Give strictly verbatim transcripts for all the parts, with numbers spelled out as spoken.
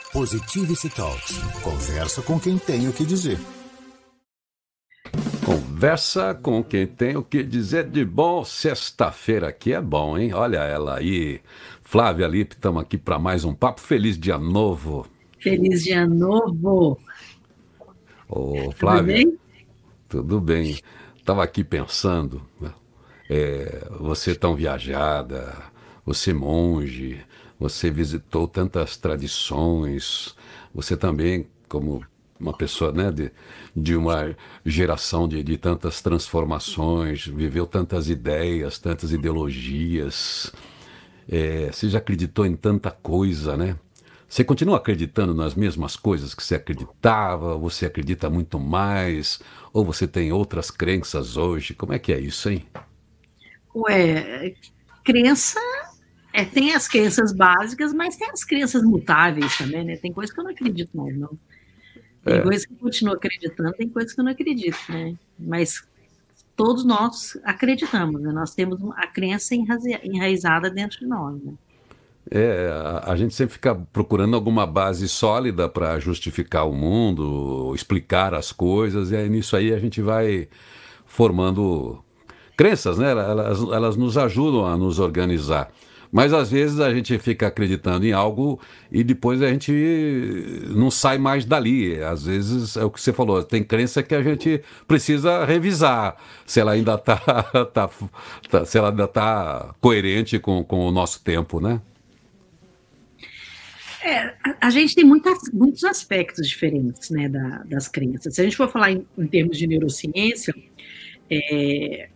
Positivity Talks. Conversa com quem tem o que dizer. Conversa com quem tem o que dizer de bom. Sexta-feira aqui é bom, hein? Olha ela aí. Flávia Lippe, estamos aqui para mais um papo. Feliz dia novo. Feliz dia novo. Ô, Flávia. Tudo bem? Tudo bem. Estava aqui pensando, né? É, você tão viajada, você monge, você visitou tantas tradições, você também, como uma pessoa, né, de, de uma geração de, de tantas transformações, viveu tantas ideias, tantas ideologias, é, você já acreditou em tanta coisa, né? Você continua acreditando nas mesmas coisas que você acreditava? Você acredita muito mais? Ou você tem outras crenças hoje? Como é que é isso, hein? Ué, crença, é, tem as crenças básicas, mas tem as crenças mutáveis também, né? Tem coisas que eu não acredito mais, não. Tem É. coisas que eu continuo acreditando, tem coisas que eu não acredito, né? Mas todos nós acreditamos, né? Nós temos a crença enraze- enraizada dentro de nós, né? É, a, a gente sempre fica procurando alguma base sólida para justificar o mundo, explicar as coisas, e aí nisso aí a gente vai formando crenças, né? Elas, elas nos ajudam a nos organizar. Mas às vezes a gente fica acreditando em algo e depois a gente não sai mais dali. Às vezes é o que você falou, tem crença que a gente precisa revisar, se ela ainda está tá, tá, se ela ainda está coerente com, com o nosso tempo, né? É, a, a gente tem muitas, muitos aspectos diferentes, né, da, das crenças. Se a gente for falar em, em termos de neurociência, é,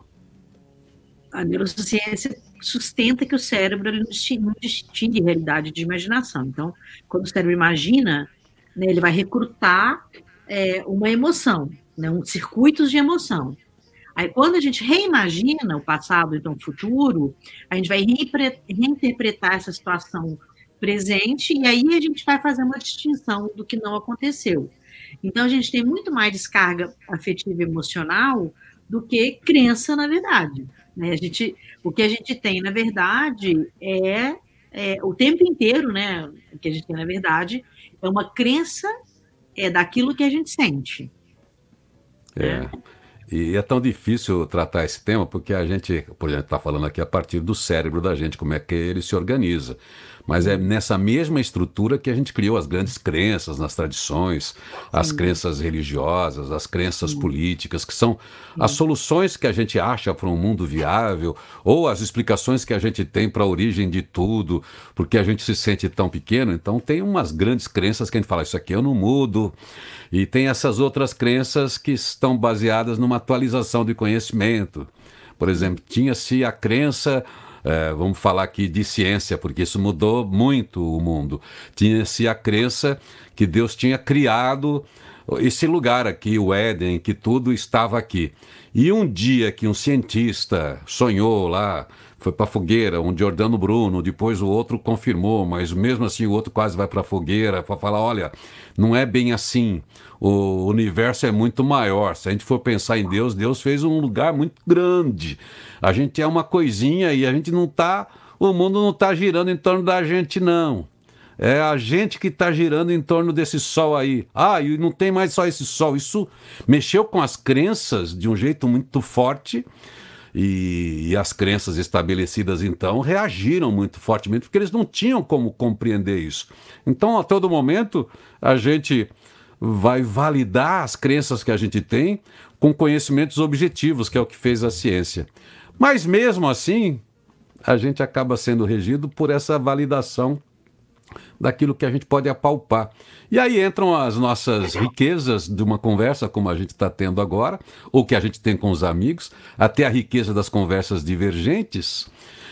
a neurociência sustenta que o cérebro ele não distingue, não distingue realidade de imaginação. Então, quando o cérebro imagina, né, ele vai recrutar é, uma emoção, né, um circuitos de emoção. Aí, quando a gente reimagina o passado, então o futuro, a gente vai reimpre- reinterpretar essa situação presente e aí a gente vai fazer uma distinção do que não aconteceu. Então, a gente tem muito mais descarga afetiva e emocional do que crença, na verdade. Né? A gente, o que a gente tem, na verdade, é, é o tempo inteiro, né? O que a gente tem, na verdade, é uma crença é, daquilo que a gente sente. É. Né? E é tão difícil tratar esse tema porque a gente, por exemplo, está falando aqui a partir do cérebro da gente, como é que ele se organiza. Mas é nessa mesma estrutura que a gente criou as grandes crenças nas tradições, as Sim. crenças religiosas, as crenças Sim. políticas, que são as Sim. soluções que a gente acha para um mundo viável, ou as explicações que a gente tem para a origem de tudo, porque a gente se sente tão pequeno. Então tem umas grandes crenças que a gente fala, isso aqui eu não mudo. E tem essas outras crenças que estão baseadas numa atualização de conhecimento. Por exemplo, tinha-se a crença, eh, vamos falar aqui de ciência, porque isso mudou muito o mundo. Tinha-se a crença que Deus tinha criado esse lugar aqui, o Éden, que tudo estava aqui. E um dia que um cientista sonhou lá, foi para a fogueira, um Giordano Bruno, depois o outro confirmou, mas mesmo assim o outro quase vai para a fogueira para falar, olha, não é bem assim, o universo é muito maior. Se a gente for pensar em Deus, Deus fez um lugar muito grande. A gente é uma coisinha e a gente não está, o mundo não está girando em torno da gente, não. É a gente que está girando em torno desse sol aí. Ah, e não tem mais só esse sol. Isso mexeu com as crenças de um jeito muito forte. E, e as crenças estabelecidas, então, reagiram muito fortemente, porque eles não tinham como compreender isso. Então, a todo momento, a gente vai validar as crenças que a gente tem com conhecimentos objetivos, que é o que fez a ciência. Mas, mesmo assim, a gente acaba sendo regido por essa validação daquilo que a gente pode apalpar. E aí entram as nossas riquezas de uma conversa como a gente está tendo agora, ou que a gente tem com os amigos, até a riqueza das conversas divergentes.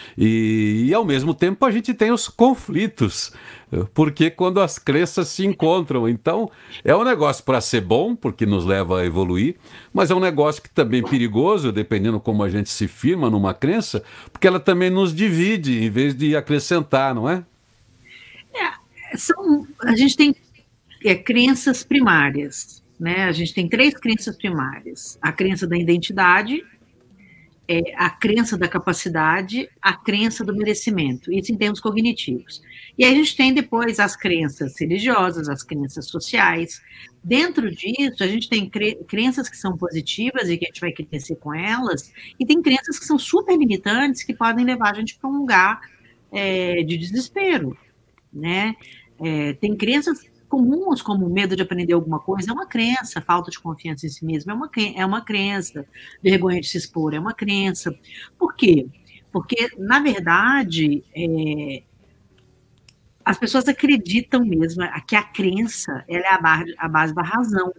E, e ao mesmo tempo a gente tem os conflitos, porque quando as crenças se encontram, então é um negócio para ser bom, porque nos leva a evoluir, mas é um negócio que também é perigoso, dependendo como a gente se firma numa crença, porque ela também nos divide em vez de acrescentar, não é? É, são, a gente tem é, crenças primárias, né? A gente tem três crenças primárias. A crença da identidade, é a crença da capacidade, a crença do merecimento, isso em termos cognitivos. E aí a gente tem depois as crenças religiosas, as crenças sociais. Dentro disso, a gente tem cre crenças que são positivas e que a gente vai crescer com elas, e tem crenças que são super limitantes, que podem levar a gente para um lugar é, de desespero, né? É, tem crenças comuns, como medo de aprender alguma coisa, é uma crença, falta de confiança em si mesmo é uma, é uma crença, vergonha de se expor é uma crença. Por quê? Porque, na verdade, é, as pessoas acreditam mesmo que a crença ela é a base, a base da razão,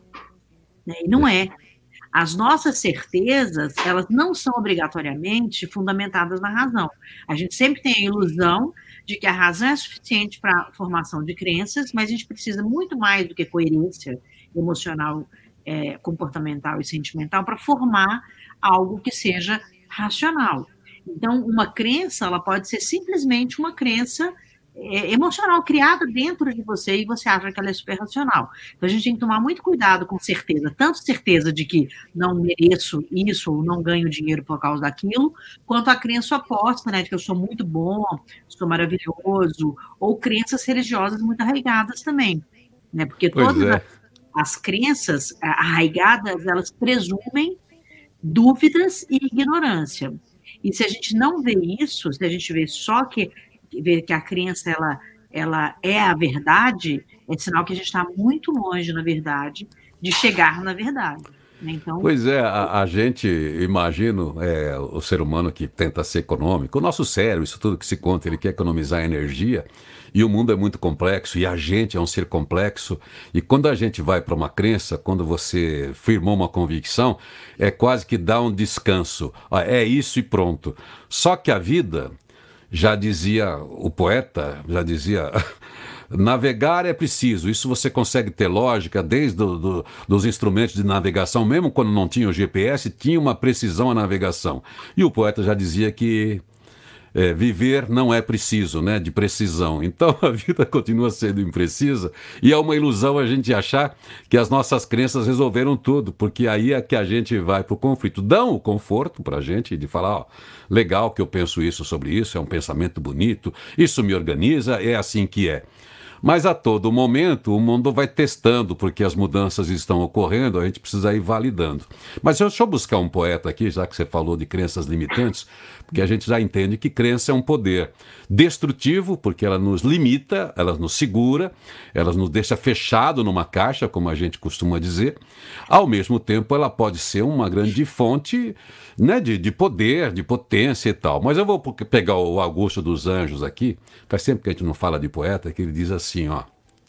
né? E não é. As nossas certezas, elas não são obrigatoriamente fundamentadas na razão. A gente sempre tem a ilusão de que a razão é suficiente para a formação de crenças, mas a gente precisa muito mais do que coerência emocional, é, comportamental e sentimental para formar algo que seja racional. Então, uma crença, ela pode ser simplesmente uma crença é, emocional criada dentro de você e você acha que ela é super racional. Então, a gente tem que tomar muito cuidado com certeza, tanto certeza de que não mereço isso ou não ganho dinheiro por causa daquilo, quanto a crença oposta, né, de que eu sou muito bom, sou maravilhoso, ou crenças religiosas muito arraigadas também, né, porque Pois todas é. as, as crenças arraigadas, elas presumem dúvidas e ignorância. E se a gente não vê isso, se a gente vê só que ver que a crença ela, ela é a verdade, é sinal que a gente está muito longe, na verdade, de chegar na verdade. Né? Então, Pois é, a, a gente, imagino, é, o ser humano que tenta ser econômico, o nosso cérebro, isso tudo que se conta, ele quer economizar energia, e o mundo é muito complexo, e a gente é um ser complexo, e quando a gente vai para uma crença, quando você firmou uma convicção, é quase que dá um descanso, ah, é isso e pronto. Só que a vida, já dizia o poeta, já dizia... Navegar é preciso, isso você consegue ter lógica desde do, do, dos instrumentos de navegação, mesmo quando não tinha o G P S, tinha uma precisão a navegação. E o poeta já dizia que é, viver não é preciso, né, de precisão. Então a vida continua sendo imprecisa e é uma ilusão a gente achar que as nossas crenças resolveram tudo, porque aí é que a gente vai para o conflito. Dão o conforto para a gente de falar, ó, legal que eu penso isso sobre isso, é um pensamento bonito, isso me organiza, é assim que é. Mas a todo momento o mundo vai testando, porque as mudanças estão ocorrendo, a gente precisa ir validando. Mas deixa eu buscar um poeta aqui, já que você falou de crenças limitantes, porque a gente já entende que crença é um poder destrutivo, porque ela nos limita, ela nos segura, ela nos deixa fechado numa caixa, como a gente costuma dizer. Ao mesmo tempo, ela pode ser uma grande fonte, né, de, de poder, de potência e tal. Mas eu vou pegar o Augusto dos Anjos aqui, faz tempo que a gente não fala de poeta, que ele diz assim, ó: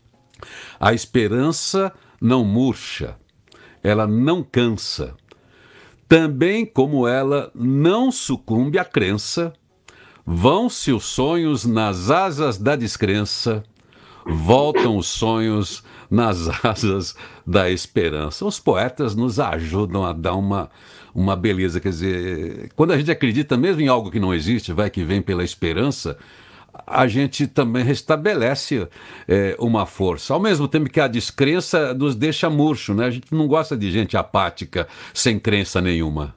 a esperança não murcha, ela não cansa. Também como ela não sucumbe à crença, vão-se os sonhos nas asas da descrença, voltam os sonhos nas asas da esperança. Os poetas nos ajudam a dar uma, uma beleza, quer dizer, quando a gente acredita mesmo em algo que não existe, vai que vem pela esperança, a gente também restabelece é, uma força. Ao mesmo tempo que a descrença nos deixa murcho, né? A gente não gosta de gente apática, sem crença nenhuma.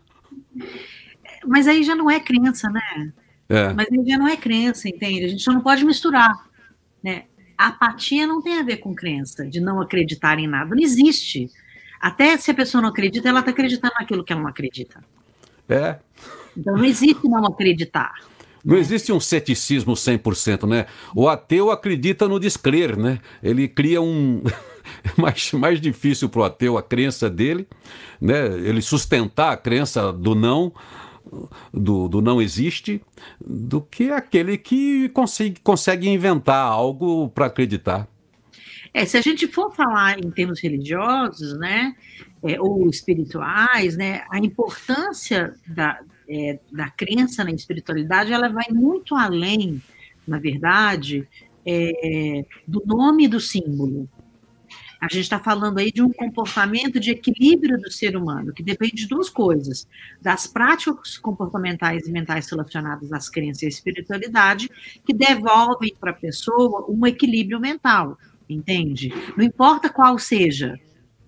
Mas aí já não é crença, né? É. Mas aí já não é crença, entende? A gente só não pode misturar, né? A apatia não tem a ver com crença, de não acreditar em nada. Não existe. Até se a pessoa não acredita, ela está acreditando naquilo que ela não acredita. É. Então não existe não acreditar. Não existe um ceticismo cem por cento, né? O ateu acredita no descrer, né? Ele cria um... mais, mais difícil para o ateu a crença dele, né? Ele sustentar a crença do não, do, do não existe, do que aquele que consegue, consegue inventar algo para acreditar. É, se a gente for falar em termos religiosos, né, é, ou espirituais, né, a importância da, é, da crença na espiritualidade, ela vai muito além, na verdade, é, do nome e do símbolo. A gente está falando aí de um comportamento de equilíbrio do ser humano, que depende de duas coisas: das práticas comportamentais e mentais relacionadas às crenças e à espiritualidade, que devolvem para a pessoa um equilíbrio mental, entende? Não importa qual seja,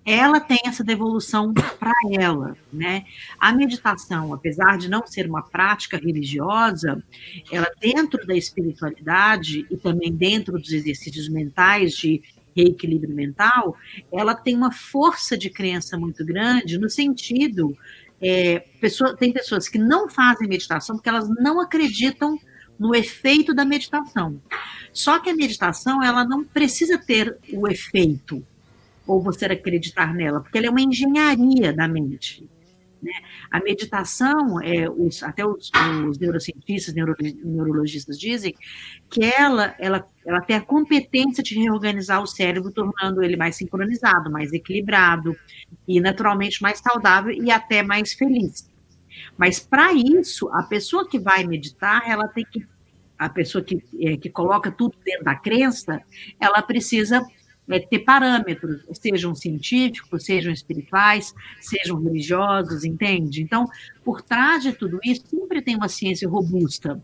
ela tem essa devolução para ela, né? A meditação, apesar de não ser uma prática religiosa, ela dentro da espiritualidade e também dentro dos exercícios mentais de reequilíbrio mental, ela tem uma força de crença muito grande no sentido, é, pessoa, tem pessoas que não fazem meditação porque elas não acreditam no efeito da meditação. Só que a meditação, ela não precisa ter o efeito, ou você acreditar nela, porque ela é uma engenharia da mente, né? A meditação, é, os, até os, os neurocientistas, neuro, neurologistas dizem que ela, ela, ela tem a competência de reorganizar o cérebro, tornando ele mais sincronizado, mais equilibrado, e naturalmente mais saudável e até mais feliz. Mas para isso, a pessoa que vai meditar, ela tem que, a pessoa que, é, que coloca tudo dentro da crença, ela precisa é, ter parâmetros, sejam científicos, sejam espirituais, sejam religiosos, entende? Então, por trás de tudo isso, sempre tem uma ciência robusta.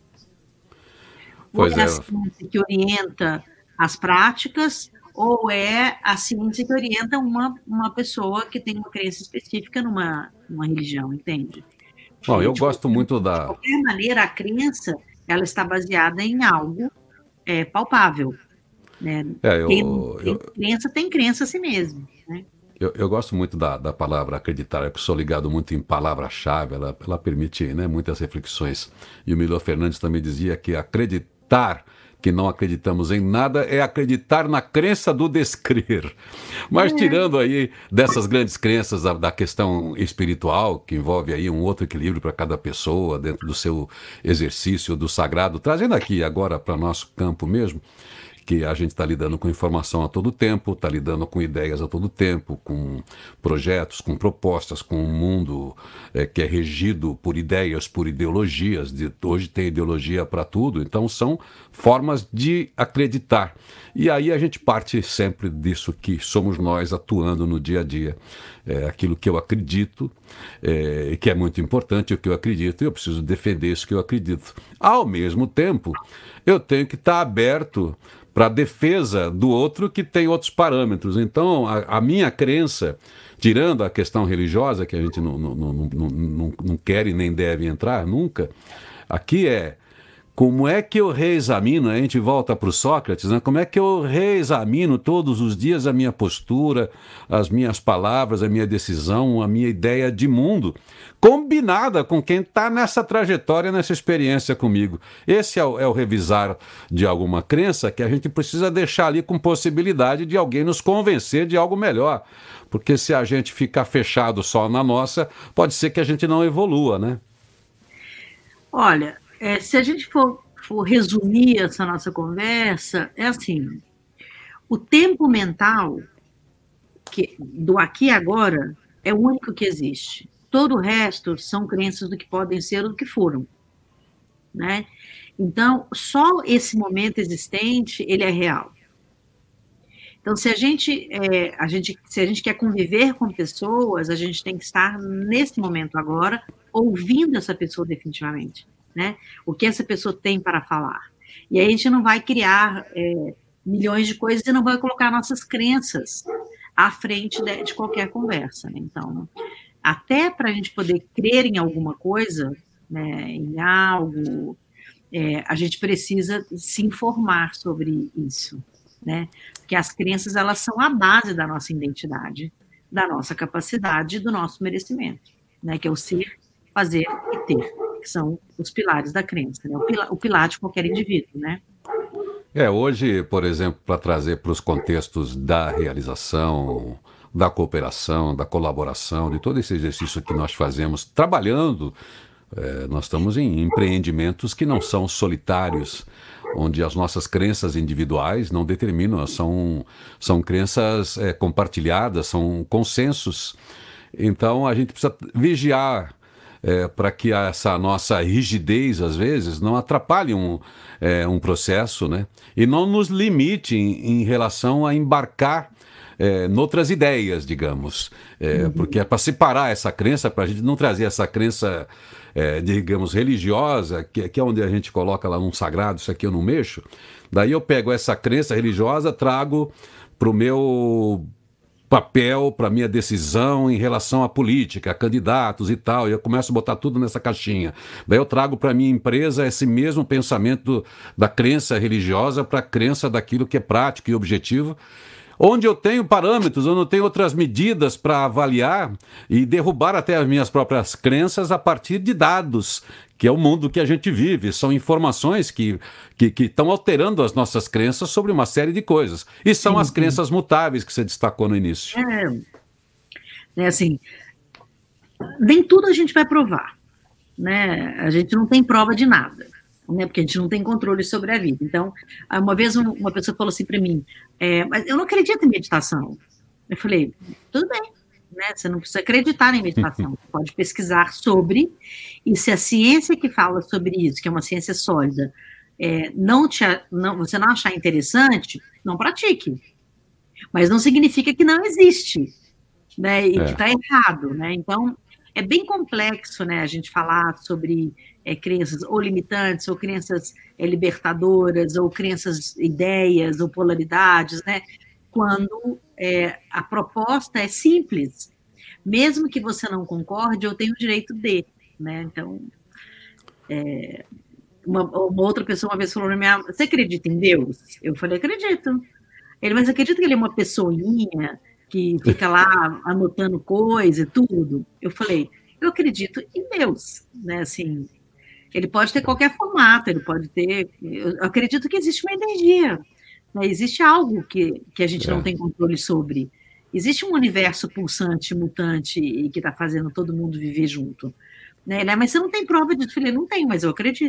Ou é a ciência que orienta as práticas, ou é a ciência que orienta uma, uma pessoa que tem uma crença específica numa, numa religião, entende? Bom, eu gosto muito da... De qualquer maneira, a crença, ela está baseada em algo é, palpável. Né? É, eu, tem, eu, tem crença, tem crença a si mesmo. Né? Eu, eu gosto muito da, da palavra acreditar, eu sou ligado muito em palavra-chave, ela, ela permite, né, muitas reflexões. E o Milor Fernandes também dizia que acreditar que não acreditamos em nada é acreditar na crença do descrer. Mas tirando aí dessas grandes crenças da, da questão espiritual, que envolve aí um outro equilíbrio para cada pessoa, dentro do seu exercício do sagrado, trazendo aqui agora para nosso campo mesmo, que a gente está lidando com informação a todo tempo, está lidando com ideias a todo tempo, com projetos, com propostas, com um mundo é, que é regido por ideias, por ideologias. De, hoje tem ideologia para tudo, então são formas de acreditar. E aí a gente parte sempre disso que somos nós atuando no dia a dia. É aquilo que eu acredito, é, que é muito importante, o que eu acredito, e eu preciso defender isso que eu acredito. Ao mesmo tempo, eu tenho que estar aberto para a defesa do outro que tem outros parâmetros. Então, a, a minha crença, tirando a questão religiosa, que a gente não, não, não, não, não, não quer e nem deve entrar nunca, aqui é como é que eu reexamino, a gente volta para o Sócrates, né? Como é que eu reexamino todos os dias a minha postura, as minhas palavras, a minha decisão, a minha ideia de mundo, combinada com quem está nessa trajetória, nessa experiência comigo. Esse é o, é o revisar de alguma crença que a gente precisa deixar ali com possibilidade de alguém nos convencer de algo melhor. Porque se a gente ficar fechado só na nossa, pode ser que a gente não evolua, né? Olha... É, se a gente for, for resumir essa nossa conversa, é assim, o tempo mental que, do aqui e agora é o único que existe. Todo o resto são crenças do que podem ser ou do que foram. Né? Então, só esse momento existente, ele é real. Então, se a gente, é, a gente, se a gente quer conviver com pessoas, a gente tem que estar nesse momento agora, ouvindo essa pessoa definitivamente. Né? O que essa pessoa tem para falar. E aí a gente não vai criar é, milhões de coisas e não vai colocar nossas crenças à frente de, de qualquer conversa. Né? Então, até para a gente poder crer em alguma coisa, né, em algo, é, a gente precisa se informar sobre isso. Né? Porque as crenças, elas são a base da nossa identidade, da nossa capacidade, do nosso merecimento, né? Que é o ser, fazer e ter. Que são os pilares da crença, né? o, pilar, o pilar de qualquer indivíduo, né? É, hoje, por exemplo, para trazer para os contextos da realização, da cooperação, da colaboração, de todo esse exercício que nós fazemos, trabalhando, é, nós estamos em empreendimentos que não são solitários, onde as nossas crenças individuais não determinam, são, são crenças é, compartilhadas, são consensos. Então, a gente precisa vigiar, É, para que essa nossa rigidez, às vezes, não atrapalhe um, é, um processo, né? E não nos limite em, em relação a embarcar é, noutras ideias, digamos. É, uhum. Porque é para separar essa crença, para a gente não trazer essa crença, é, digamos, religiosa, que, que é onde a gente coloca lá num sagrado, isso aqui eu não mexo. Daí eu pego essa crença religiosa, trago para o meu... papel, para minha decisão em relação à política, a candidatos e tal, e eu começo a botar tudo nessa caixinha. Daí eu trago para minha empresa esse mesmo pensamento da crença religiosa para a crença daquilo que é prático e objetivo, onde eu tenho parâmetros, eu não tenho outras medidas para avaliar e derrubar até as minhas próprias crenças a partir de dados, que é o mundo que a gente vive. São informações que que que estão alterando as nossas crenças sobre uma série de coisas. E são Sim, as sim. crenças mutáveis que você destacou no início. É, é assim, nem tudo a gente vai provar, né? A gente não tem prova de nada, né? Porque a gente não tem controle sobre a vida. Então, uma vez um, uma pessoa falou assim para mim, é, mas eu não acredito em meditação. Eu falei, tudo bem, né? Você não precisa acreditar em meditação, você pode pesquisar sobre, e se a ciência que fala sobre isso, que é uma ciência sólida, é, não te, não, você não achar interessante, não pratique. Mas não significa que não existe, né? E É. que está errado, né? Então, é bem complexo, né, a gente falar sobre é, crenças ou limitantes, ou crenças é, libertadoras, ou crenças, ideias, ou polaridades, né? Quando é, a proposta é simples. Mesmo que você não concorde, eu tenho o direito de, né? Então, é, uma, uma outra pessoa uma vez falou na minha, você acredita em Deus? Eu falei, acredito. Ele, mas acredita que ele é uma pessoinha que fica lá anotando coisa e tudo? Eu falei, eu acredito em Deus, né, assim, ele pode ter qualquer formato, ele pode ter, eu acredito que existe uma energia, né, existe algo que, que a gente É. não tem controle sobre, existe um universo pulsante, mutante, e que está fazendo todo mundo viver junto, né, mas você não tem prova disso? Eu falei, não tenho, mas eu acredito.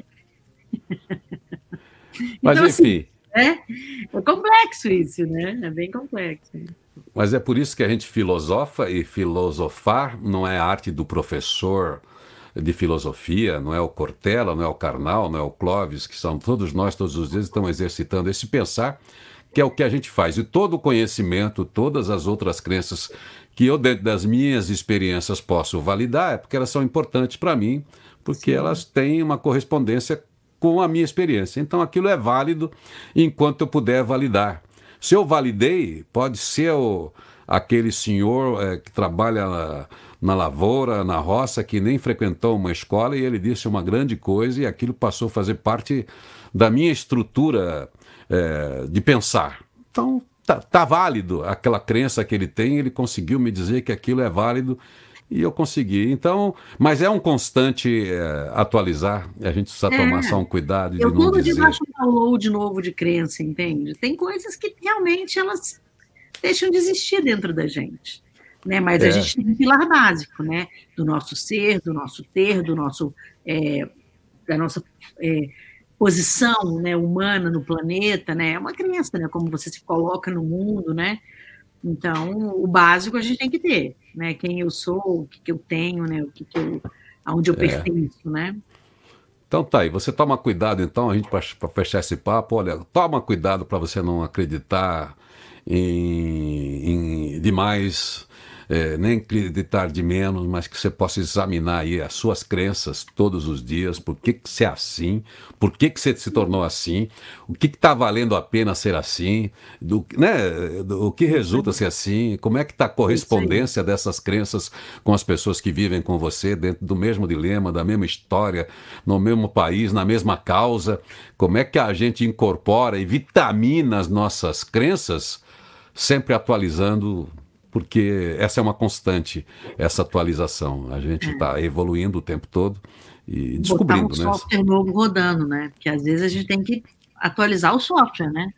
Mas, Então, assim, enfim, é, é complexo isso, né? É bem complexo. mas é por isso que a gente filosofa, e filosofar não é a arte do professor de filosofia, não é o Cortella, não é o Karnal, não é o Clóvis, que são todos nós, todos os dias, estão exercitando esse pensar, que é o que a gente faz. E todo o conhecimento, todas as outras crenças que eu, dentro das minhas experiências, posso validar, é porque elas são importantes para mim, porque Sim. elas têm uma correspondência com a minha experiência. Então aquilo é válido enquanto eu puder validar. Se eu validei, pode ser o, aquele senhor é, que trabalha na, na lavoura, na roça, que nem frequentou uma escola e ele disse uma grande coisa e aquilo passou a fazer parte da minha estrutura é, de pensar. Então, tá, tá válido aquela crença que ele tem, ele conseguiu me dizer que aquilo é válido e eu consegui. Então, mas é um constante é, atualizar, a gente precisa É, tomar só um cuidado de eu não todo dia dizer... baixo um download novo de crença, entende? Tem coisas que realmente elas deixam de existir dentro da gente, né? Mas É. a gente tem um pilar básico, né? Do nosso ser, do nosso ter, do nosso, é, da nossa é, posição, né, humana no planeta, né? É uma crença, né? Como você se coloca no mundo, né? Então, o básico a gente tem que ter, né? Quem eu sou, o que, que eu tenho, né? O que, que eu, aonde eu pertenço, né? Então tá aí, você toma cuidado então, a gente para fechar esse papo, olha, toma cuidado para você não acreditar em, em demais, é, nem acreditar de menos, mas que você possa examinar aí as suas crenças todos os dias, por que que você é assim, por que que você se tornou assim, o que que está valendo a pena ser assim, do, né, do, o que resulta ser assim, como é que está a correspondência dessas crenças com as pessoas que vivem com você dentro do mesmo dilema, da mesma história, no mesmo país, na mesma causa, como é que a gente incorpora e vitamina as nossas crenças, sempre atualizando, porque essa é uma constante, essa atualização. A gente está evoluindo o tempo todo e descobrindo, botar um né? software novo rodando, né? Porque às vezes a gente tem que atualizar o software, né?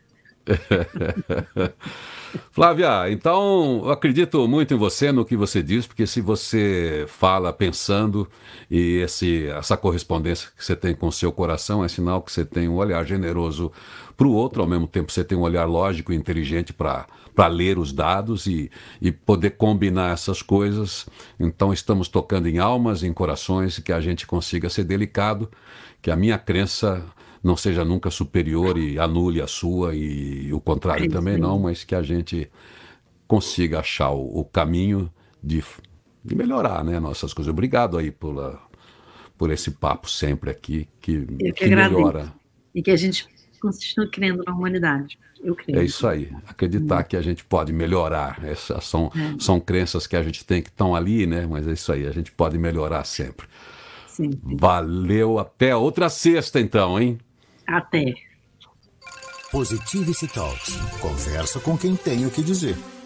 Flávia, então eu acredito muito em você, no que você diz, porque se você fala pensando e esse, essa correspondência que você tem com o seu coração é sinal que você tem um olhar generoso para o outro, ao mesmo tempo você tem um olhar lógico e inteligente para para ler os dados e, e poder combinar essas coisas. Então estamos tocando em almas, em corações, que a gente consiga ser delicado, que a minha crença não seja nunca superior e anule a sua, e o contrário É isso também aí. não, mas que a gente consiga achar o, o caminho de, de melhorar, né, nossas coisas. Obrigado aí pela, por esse papo sempre aqui, que, Eu que que agradeço. melhora. E que a gente continuo crendo na humanidade. Eu creio. É isso aí, acreditar hum. que a gente pode melhorar. Essas são, é. são crenças que a gente tem que estão ali, né? Mas é isso aí, a gente pode melhorar sempre. Sim. Valeu, até outra sexta então, hein? Até. Positivity Talks. Conversa com quem tem o que dizer.